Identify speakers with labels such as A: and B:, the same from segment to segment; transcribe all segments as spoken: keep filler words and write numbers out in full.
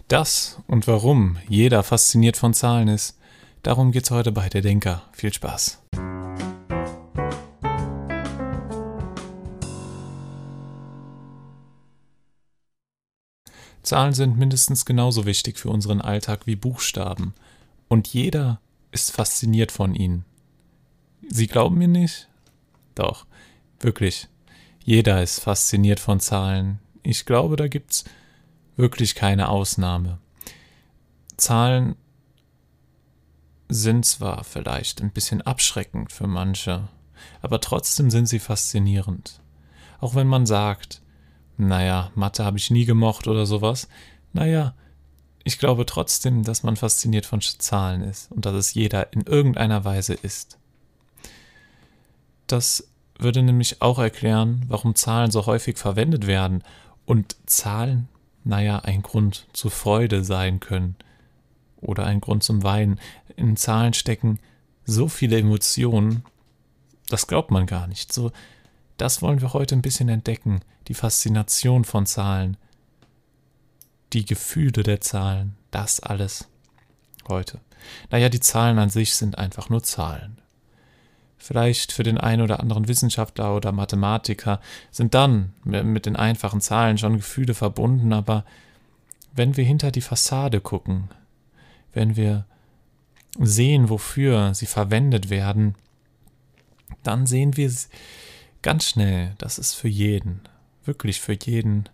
A: Das und warum jeder fasziniert von Zahlen ist, darum geht's heute bei Der Denker. Viel Spaß! Zahlen sind mindestens genauso wichtig für unseren Alltag wie Buchstaben. Und jeder ist fasziniert von ihnen. Sie glauben mir nicht? Doch, wirklich. Jeder ist fasziniert von Zahlen. Ich glaube, da gibt's wirklich keine Ausnahme. Zahlen sind zwar vielleicht ein bisschen abschreckend für manche, aber trotzdem sind sie faszinierend. Auch wenn man sagt, naja, Mathe habe ich nie gemocht oder sowas, naja, ich glaube trotzdem, dass man fasziniert von Zahlen ist und dass es jeder in irgendeiner Weise ist. Das würde nämlich auch erklären, warum Zahlen so häufig verwendet werden und Zahlen, naja, ein Grund zur Freude sein können oder ein Grund zum Weinen. In Zahlen stecken so viele Emotionen, das glaubt man gar nicht. So, das wollen wir heute ein bisschen entdecken, die Faszination von Zahlen, die Gefühle der Zahlen, das alles heute. Naja, die Zahlen an sich sind einfach nur Zahlen. Vielleicht für den einen oder anderen Wissenschaftler oder Mathematiker sind dann mit den einfachen Zahlen schon Gefühle verbunden, aber wenn wir hinter die Fassade gucken, wenn wir sehen, wofür sie verwendet werden, dann sehen wir ganz schnell, dass es für jeden, wirklich für jeden,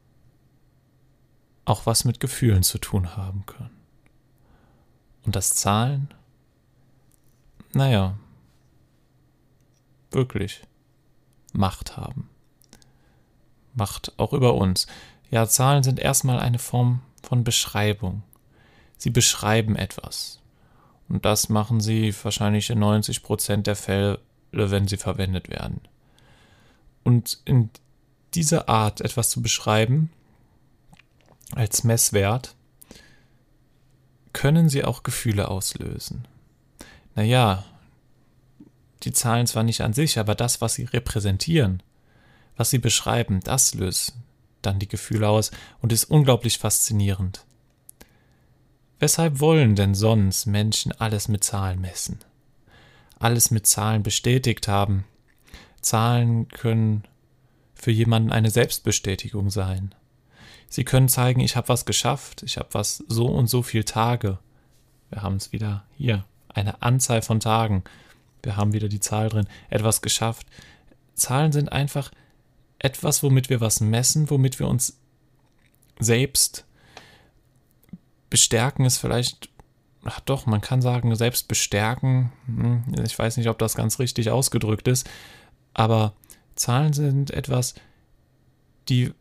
A: auch was mit Gefühlen zu tun haben können. Und dass Zahlen, naja, wirklich Macht haben. Macht auch über uns. Ja, Zahlen sind erstmal eine Form von Beschreibung. Sie beschreiben etwas. Und das machen sie wahrscheinlich in neunzig Prozent der Fälle, wenn sie verwendet werden. Und in dieser Art, etwas zu beschreiben, als Messwert, können sie auch Gefühle auslösen. Naja, die Zahlen zwar nicht an sich, aber das, was sie repräsentieren, was sie beschreiben, das löst dann die Gefühle aus und ist unglaublich faszinierend. Weshalb wollen denn sonst Menschen alles mit Zahlen messen? Alles mit Zahlen bestätigt haben? Zahlen können für jemanden eine Selbstbestätigung sein. Sie können zeigen, ich habe was geschafft, ich habe was so und so viele Tage. Wir haben es wieder hier, eine Anzahl von Tagen. Wir haben wieder die Zahl drin, etwas geschafft. Zahlen sind einfach etwas, womit wir was messen, womit wir uns selbst bestärken, ist vielleicht, ach doch, man kann sagen, selbst bestärken. Ich weiß nicht, ob das ganz richtig ausgedrückt ist, aber Zahlen sind etwas, die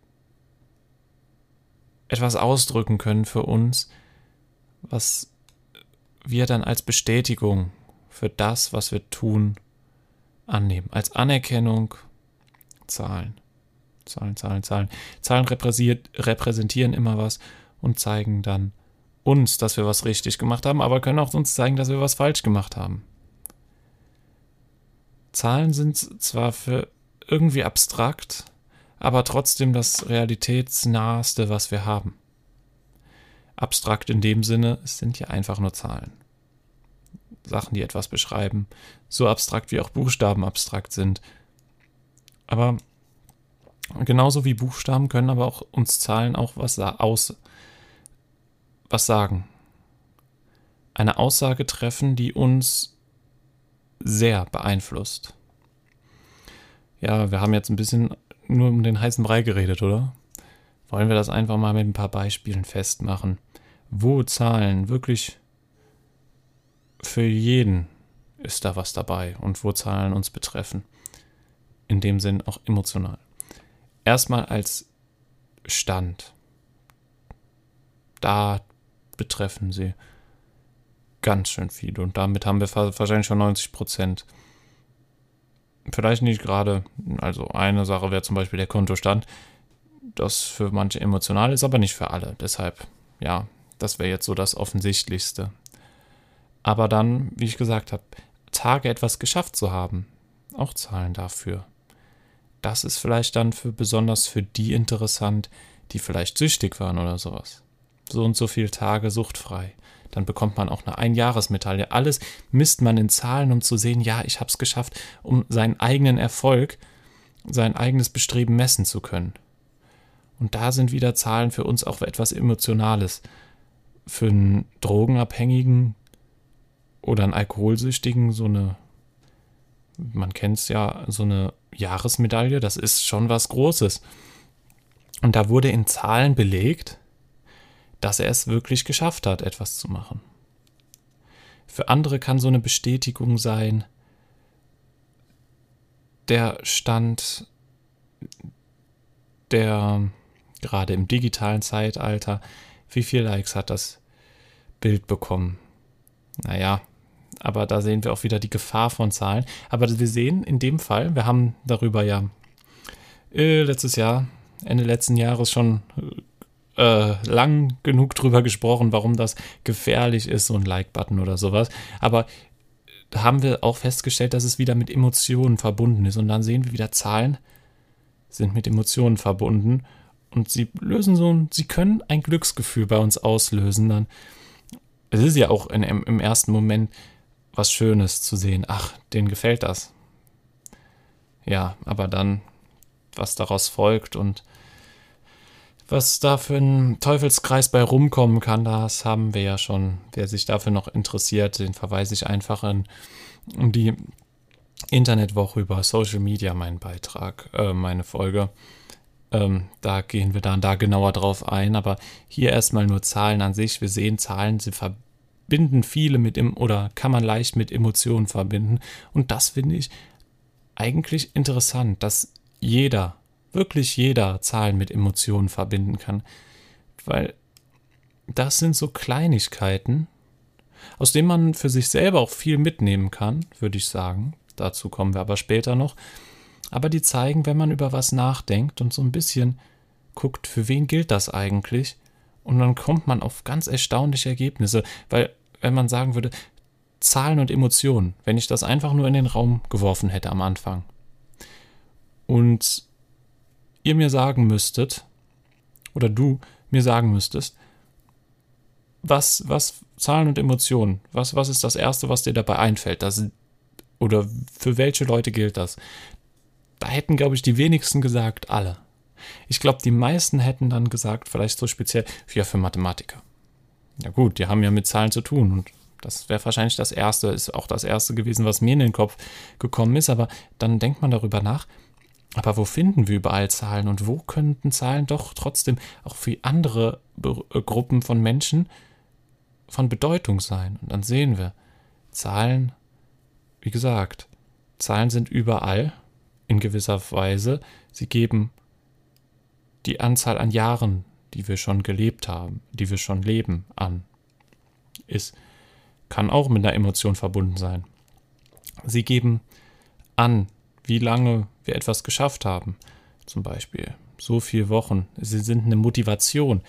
A: etwas ausdrücken können für uns, was wir dann als Bestätigung für das, was wir tun, annehmen. Als Anerkennung Zahlen. Zahlen, Zahlen, Zahlen. Zahlen repräsentieren immer was und zeigen dann uns, dass wir was richtig gemacht haben, aber können auch uns zeigen, dass wir was falsch gemacht haben. Zahlen sind zwar für irgendwie abstrakt, aber trotzdem das realitätsnaheste, was wir haben. Abstrakt in dem Sinne, es sind ja einfach nur Zahlen. Sachen, die etwas beschreiben, so abstrakt wie auch Buchstaben abstrakt sind. Aber genauso wie Buchstaben können aber auch uns Zahlen auch was aus, was sagen. Eine Aussage treffen, die uns sehr beeinflusst. Ja, wir haben jetzt ein bisschen nur um den heißen Brei geredet, oder? Wollen wir das einfach mal mit ein paar Beispielen festmachen, wo Zahlen wirklich für jeden ist da was dabei und wo Zahlen uns betreffen. In dem Sinn auch emotional. Erstmal als Stand. Da betreffen sie ganz schön viel und damit haben wir wahrscheinlich schon neunzig Prozent. Vielleicht nicht gerade, also eine Sache wäre zum Beispiel der Kontostand, das für manche emotional ist, aber nicht für alle. Deshalb, ja, das wäre jetzt so das Offensichtlichste. Aber dann, wie ich gesagt habe, Tage etwas geschafft zu haben, auch Zahlen dafür. Das ist vielleicht dann für besonders für die interessant, die vielleicht süchtig waren oder sowas. so und so viele Tage suchtfrei. Dann bekommt man auch eine Einjahresmedaille. Alles misst man in Zahlen, um zu sehen, ja, ich habe es geschafft, um seinen eigenen Erfolg, sein eigenes Bestreben messen zu können. Und da sind wieder Zahlen für uns auch etwas Emotionales. Für einen Drogenabhängigen oder einen Alkoholsüchtigen so eine, man kennt es ja, so eine Jahresmedaille, das ist schon was Großes. Und da wurde in Zahlen belegt, dass er es wirklich geschafft hat, etwas zu machen. Für andere kann so eine Bestätigung sein, der Stand, der gerade im digitalen Zeitalter, wie viele Likes hat das Bild bekommen? Naja, aber da sehen wir auch wieder die Gefahr von Zahlen. Aber wir sehen in dem Fall, wir haben darüber ja äh, letztes Jahr, Ende letzten Jahres schon äh, lang genug drüber gesprochen, warum das gefährlich ist, so ein Like-Button oder sowas. Aber da haben wir auch festgestellt, dass es wieder mit Emotionen verbunden ist. Und dann sehen wir wieder, Zahlen sind mit Emotionen verbunden. Und sie lösen so ein, sie können ein Glücksgefühl bei uns auslösen. Dann, es ist ja auch in, im ersten Moment was Schönes zu sehen. Ach, denen gefällt das. Ja, aber dann, was daraus folgt und was da für ein Teufelskreis bei rumkommen kann, das haben wir ja schon. Wer sich dafür noch interessiert, den verweise ich einfach in, in die Internetwoche über Social Media, meinen Beitrag, äh, meine Folge. Ähm, da gehen wir dann da genauer drauf ein, aber hier erstmal nur Zahlen an sich. Wir sehen Zahlen, sie verbinden viele mit, im, oder kann man leicht mit Emotionen verbinden. Und das finde ich eigentlich interessant, dass jeder, wirklich jeder Zahlen mit Emotionen verbinden kann. Weil das sind so Kleinigkeiten, aus denen man für sich selber auch viel mitnehmen kann, würde ich sagen. Dazu kommen wir aber später noch. Aber die zeigen, wenn man über was nachdenkt und so ein bisschen guckt, für wen gilt das eigentlich? Und dann kommt man auf ganz erstaunliche Ergebnisse. Weil, wenn man sagen würde, Zahlen und Emotionen, wenn ich das einfach nur in den Raum geworfen hätte am Anfang und ihr mir sagen müsstet, oder du mir sagen müsstest, was, was Zahlen und Emotionen, was, was ist das Erste, was dir dabei einfällt? Das, oder für welche Leute gilt das? Da hätten, glaube ich, die wenigsten gesagt, alle. Ich glaube, die meisten hätten dann gesagt, vielleicht so speziell, ja, für Mathematiker. Ja gut, die haben ja mit Zahlen zu tun und das wäre wahrscheinlich das Erste, ist auch das Erste gewesen, was mir in den Kopf gekommen ist, aber dann denkt man darüber nach, aber wo finden wir überall Zahlen und wo könnten Zahlen doch trotzdem auch für andere Be- Gruppen von Menschen von Bedeutung sein? Und dann sehen wir, Zahlen, wie gesagt, Zahlen sind überall in gewisser Weise. Sie geben die Anzahl an Jahren, die wir schon gelebt haben, die wir schon leben, an. Ist, kann auch mit einer Emotion verbunden sein. Sie geben an, wie lange wir etwas geschafft haben. Zum Beispiel so viele Wochen. Sie sind eine Motivation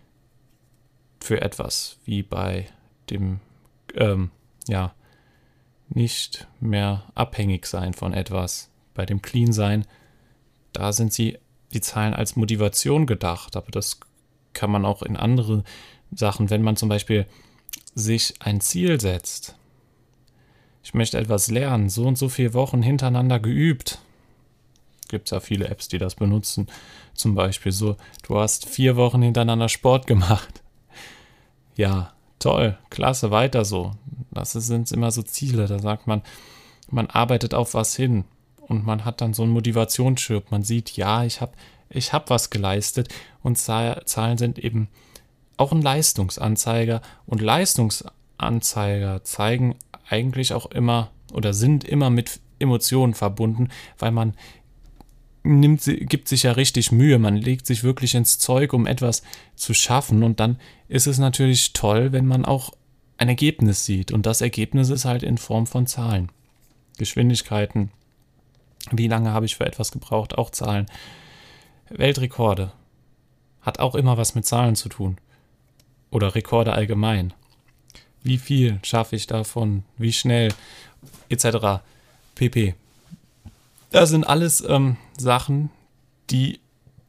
A: für etwas, wie bei dem, ähm, ja, nicht mehr abhängig sein von etwas. Bei dem Clean sein, da sind sie, die Zahlen als Motivation gedacht, aber das kann man auch in andere Sachen, wenn man zum Beispiel sich ein Ziel setzt. Ich möchte etwas lernen, so und so viele Wochen hintereinander geübt. Gibt es ja viele Apps, die das benutzen. Zum Beispiel so, du hast vier Wochen hintereinander Sport gemacht. Ja, toll, klasse, weiter so. Das sind immer so Ziele, da sagt man, man arbeitet auf was hin. Und man hat dann so einen Motivationsschub. Man sieht, ja, ich habe ich hab was geleistet. Und Zahlen sind eben auch ein Leistungsanzeiger. Und Leistungsanzeiger zeigen eigentlich auch immer oder sind immer mit Emotionen verbunden, weil man nimmt, gibt sich ja richtig Mühe. Man legt sich wirklich ins Zeug, um etwas zu schaffen. Und dann ist es natürlich toll, wenn man auch ein Ergebnis sieht. Und das Ergebnis ist halt in Form von Zahlen. Geschwindigkeiten. Wie lange habe ich für etwas gebraucht? Auch Zahlen. Weltrekorde. Hat auch immer was mit Zahlen zu tun. Oder Rekorde allgemein. Wie viel schaffe ich davon? Wie schnell? Etc. pp. Das sind alles ähm, Sachen, die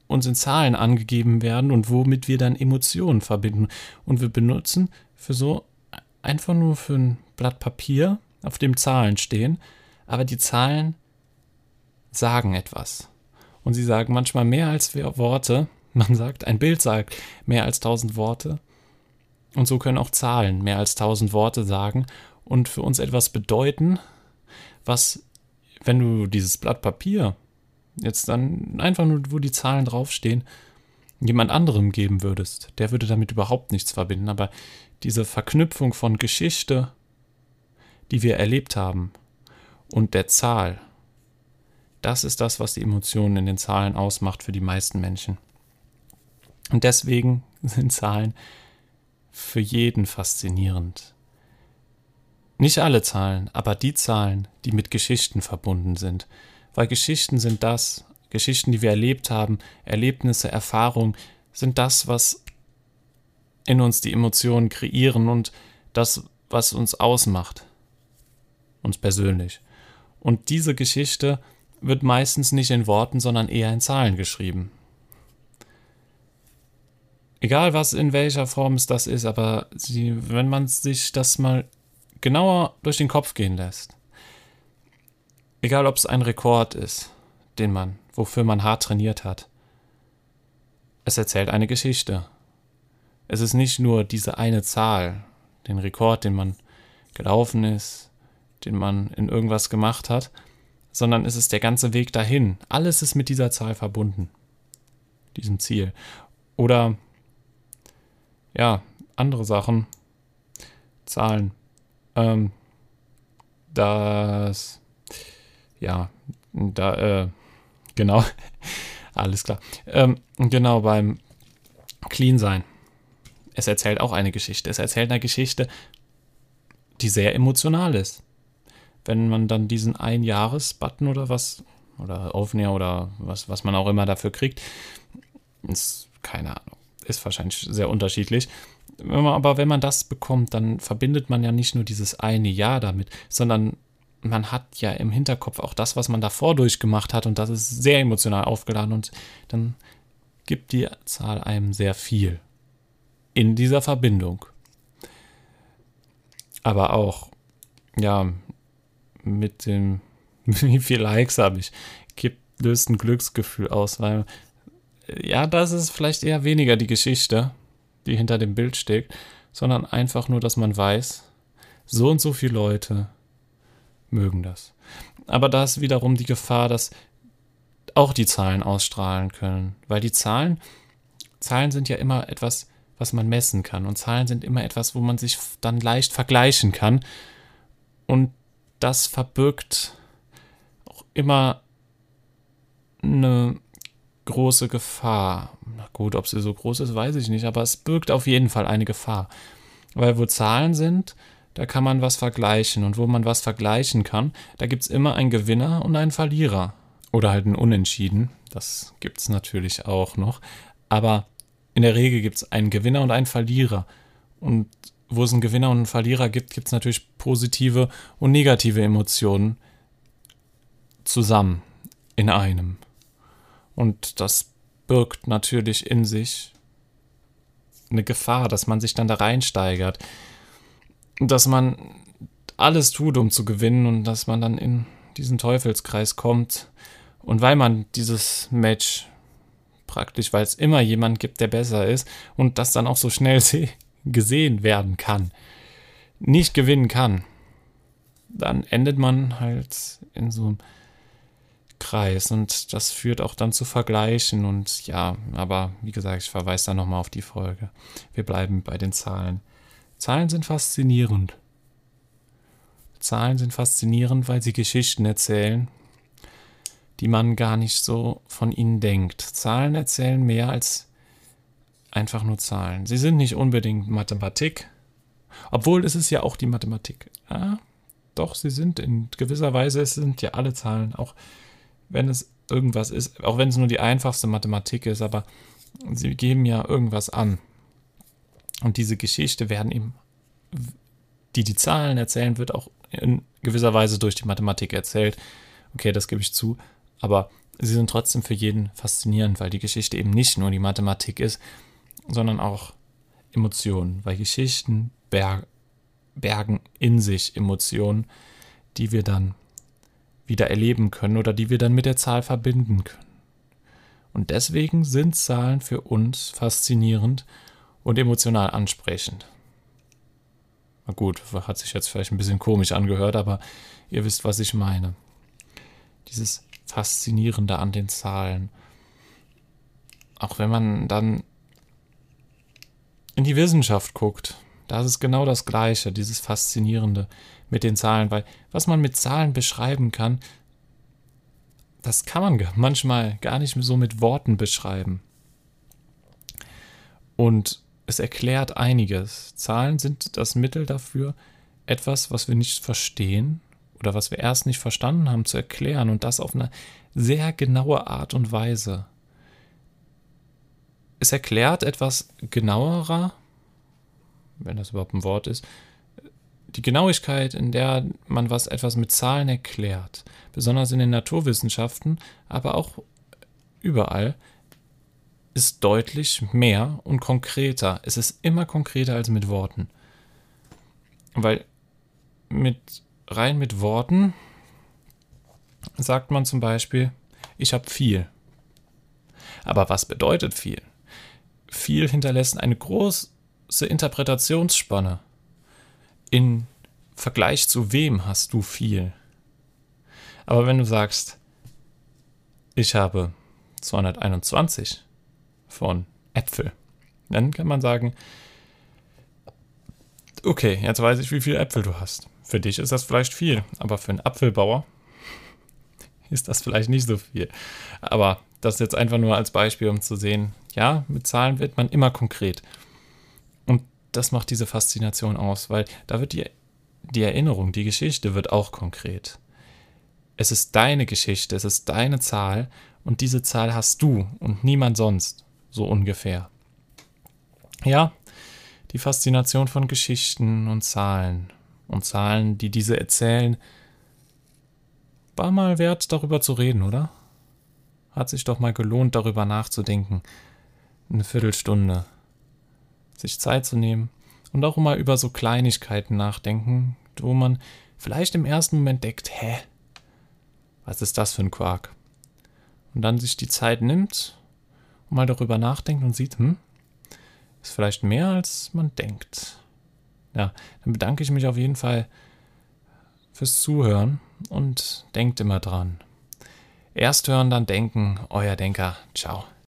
A: uns in Zahlen angegeben werden und womit wir dann Emotionen verbinden. Und wir benutzen für so einfach nur für ein Blatt Papier, auf dem Zahlen stehen, aber die Zahlen sagen etwas. Und sie sagen manchmal mehr als Worte. Man sagt, ein Bild sagt mehr als tausend Worte. Und so können auch Zahlen mehr als tausend Worte sagen und für uns etwas bedeuten, was, wenn du dieses Blatt Papier jetzt dann einfach nur, wo die Zahlen draufstehen, jemand anderem geben würdest, der würde damit überhaupt nichts verbinden. Aber diese Verknüpfung von Geschichte, die wir erlebt haben, und der Zahl, das ist das, was die Emotionen in den Zahlen ausmacht für die meisten Menschen. Und deswegen sind Zahlen für jeden faszinierend. Nicht alle Zahlen, aber die Zahlen, die mit Geschichten verbunden sind. Weil Geschichten sind das, Geschichten, die wir erlebt haben, Erlebnisse, Erfahrungen, sind das, was in uns die Emotionen kreieren und das, was uns ausmacht. Uns persönlich. Und diese Geschichte wird meistens nicht in Worten, sondern eher in Zahlen geschrieben. Egal was, in welcher Form es das ist, aber sie, wenn man sich das mal genauer durch den Kopf gehen lässt, egal ob es ein Rekord ist, den man, wofür man hart trainiert hat, es erzählt eine Geschichte. Es ist nicht nur diese eine Zahl, den Rekord, den man gelaufen ist, den man in irgendwas gemacht hat, sondern es ist der ganze Weg dahin. Alles ist mit dieser Zahl verbunden, diesem Ziel. Oder ja, andere Sachen, Zahlen, ähm, das, ja, da, äh, genau, alles klar, ähm, genau, beim Clean sein. Es erzählt auch eine Geschichte. Es erzählt eine Geschichte, die sehr emotional ist. Wenn man dann diesen Ein-Jahres-Button oder was, oder Aufnäher oder was, was man auch immer dafür kriegt, ist, keine Ahnung, ist wahrscheinlich sehr unterschiedlich. Wenn man, aber wenn man das bekommt, dann verbindet man ja nicht nur dieses eine Jahr damit, sondern man hat ja im Hinterkopf auch das, was man davor durchgemacht hat und das ist sehr emotional aufgeladen und dann gibt die Zahl einem sehr viel in dieser Verbindung. Aber auch, ja, mit dem, wie viele Likes habe ich, gibt, löst ein Glücksgefühl aus, weil, ja, das ist vielleicht eher weniger die Geschichte, die hinter dem Bild steckt, sondern einfach nur, dass man weiß, so und so viele Leute mögen das. Aber da ist wiederum die Gefahr, dass auch die Zahlen ausstrahlen können, weil die Zahlen, Zahlen sind ja immer etwas, was man messen kann und Zahlen sind immer etwas, wo man sich dann leicht vergleichen kann und das verbirgt auch immer eine große Gefahr. Na gut, ob sie so groß ist, weiß ich nicht, aber es birgt auf jeden Fall eine Gefahr. Weil wo Zahlen sind, da kann man was vergleichen. Und wo man was vergleichen kann, da gibt es immer einen Gewinner und einen Verlierer. Oder halt einen Unentschieden. Das gibt es natürlich auch noch. Aber in der Regel gibt es einen Gewinner und einen Verlierer. Und wo es einen Gewinner und einen Verlierer gibt, gibt es natürlich positive und negative Emotionen zusammen in einem. Und das birgt natürlich in sich eine Gefahr, dass man sich dann da reinsteigert. Dass man alles tut, um zu gewinnen und dass man dann in diesen Teufelskreis kommt. Und weil man dieses Match praktisch, weil es immer jemand gibt, der besser ist und das dann auch so schnell gesehen werden kann, nicht gewinnen kann, dann endet man halt in so einem Kreis und das führt auch dann zu Vergleichen und ja, aber wie gesagt, ich verweise da nochmal auf die Folge. Wir bleiben bei den Zahlen. Zahlen sind faszinierend. Zahlen sind faszinierend, weil sie Geschichten erzählen, die man gar nicht so von ihnen denkt. Zahlen erzählen mehr als einfach nur Zahlen. Sie sind nicht unbedingt Mathematik, obwohl es ist ja auch die Mathematik. Ja, doch, sie sind in gewisser Weise, es sind ja alle Zahlen, auch wenn es irgendwas ist, auch wenn es nur die einfachste Mathematik ist, aber sie geben ja irgendwas an. Und diese Geschichte werden eben, die die Zahlen erzählen, wird auch in gewisser Weise durch die Mathematik erzählt. Okay, das gebe ich zu, aber sie sind trotzdem für jeden faszinierend, weil die Geschichte eben nicht nur die Mathematik ist, sondern auch Emotionen, weil Geschichten berg, bergen in sich Emotionen, die wir dann wieder erleben können oder die wir dann mit der Zahl verbinden können. Und deswegen sind Zahlen für uns faszinierend und emotional ansprechend. Na gut, hat sich jetzt vielleicht ein bisschen komisch angehört, aber ihr wisst, was ich meine. Dieses Faszinierende an den Zahlen. Auch wenn man dann in die Wissenschaft guckt, da ist es genau das Gleiche, dieses Faszinierende mit den Zahlen, weil was man mit Zahlen beschreiben kann, das kann man manchmal gar nicht so mit Worten beschreiben. Und es erklärt einiges. Zahlen sind das Mittel dafür, etwas, was wir nicht verstehen oder was wir erst nicht verstanden haben, zu erklären, und das auf eine sehr genaue Art und Weise. Es erklärt etwas genauerer, wenn das überhaupt ein Wort ist, die Genauigkeit, in der man was etwas mit Zahlen erklärt, besonders in den Naturwissenschaften, aber auch überall, ist deutlich mehr und konkreter. Es ist immer konkreter als mit Worten. Weil mit, rein mit Worten sagt man zum Beispiel, ich habe viel. Aber was bedeutet viel? Viel hinterlässt eine große Interpretationsspanne. In Vergleich zu wem hast du viel? Aber wenn du sagst, ich habe zweihunderteinundzwanzig von Äpfel, dann kann man sagen, okay, jetzt weiß ich, wie viele Äpfel du hast. Für dich ist das vielleicht viel, aber für einen Apfelbauer ist das vielleicht nicht so viel. Aber das jetzt einfach nur als Beispiel, um zu sehen, ja, mit Zahlen wird man immer konkret. Und das macht diese Faszination aus, weil da wird die, die Erinnerung, die Geschichte wird auch konkret. Es ist deine Geschichte, es ist deine Zahl und diese Zahl hast du und niemand sonst, so ungefähr. Ja, die Faszination von Geschichten und Zahlen und Zahlen, die diese erzählen, war mal wert, darüber zu reden, oder? Hat sich doch mal gelohnt, darüber nachzudenken. Eine Viertelstunde. Sich Zeit zu nehmen und auch mal über so Kleinigkeiten nachdenken, wo man vielleicht im ersten Moment denkt, hä, was ist das für ein Quark? Und dann sich die Zeit nimmt und mal darüber nachdenkt und sieht, hm, ist vielleicht mehr, als man denkt. Ja, dann bedanke ich mich auf jeden Fall fürs Zuhören und denkt immer dran. Erst hören, dann denken, euer Denker. Ciao.